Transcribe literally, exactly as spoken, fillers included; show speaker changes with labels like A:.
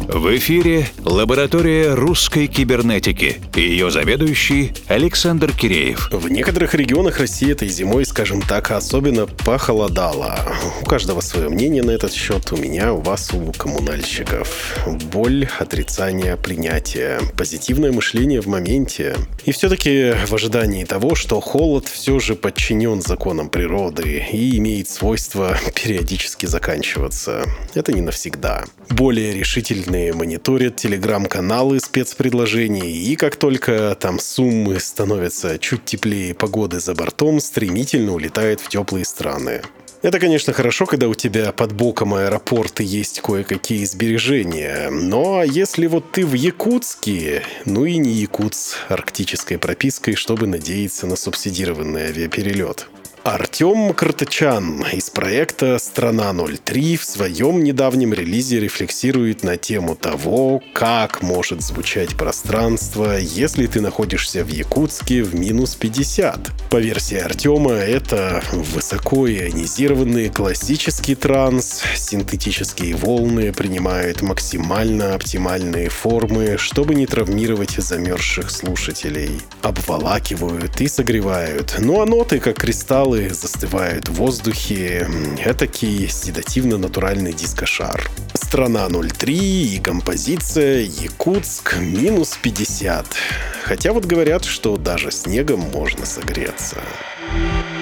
A: В эфире лаборатория русской кибернетики. Ее заведующий Александр Киреев.
B: В некоторых регионах России этой зимой, скажем так, особенно похолодало. У каждого свое мнение на этот счет. У меня, у вас, у коммунальщиков. Боль, отрицание, принятие. Позитивное мышление в моменте. И все-таки в ожидании того, что холод все же подчинен законам природы и имеет свойство периодически заканчиваться. Это не навсегда. Более решительные мониторят телеграм-каналы спецпредложений, и как только там суммы становятся чуть теплее, погоды за бортом стремительно улетает в теплые страны. Это, конечно, хорошо, когда у тебя под боком аэропорт и есть кое-какие сбережения. Но если вот ты в Якутске, ну и не якут с арктической пропиской, чтобы надеяться на субсидированный авиаперелет. Артем Картачан из проекта «Страна ноль три» в своем недавнем релизе рефлексирует на тему того, как может звучать пространство, если ты находишься в Якутске в минус пятьдесят. По версии Артема, это высокоионизированный классический транс, синтетические волны принимают максимально оптимальные формы, чтобы не травмировать замерзших слушателей. Обволакивают и согревают. Ну а ноты, как кристаллы, застывают в воздухе. Этакий седативно-натуральный дискошар. «Страна ноль три» и композиция «Якутск минус пятьдесят». Хотя вот говорят, что даже снегом можно согреться.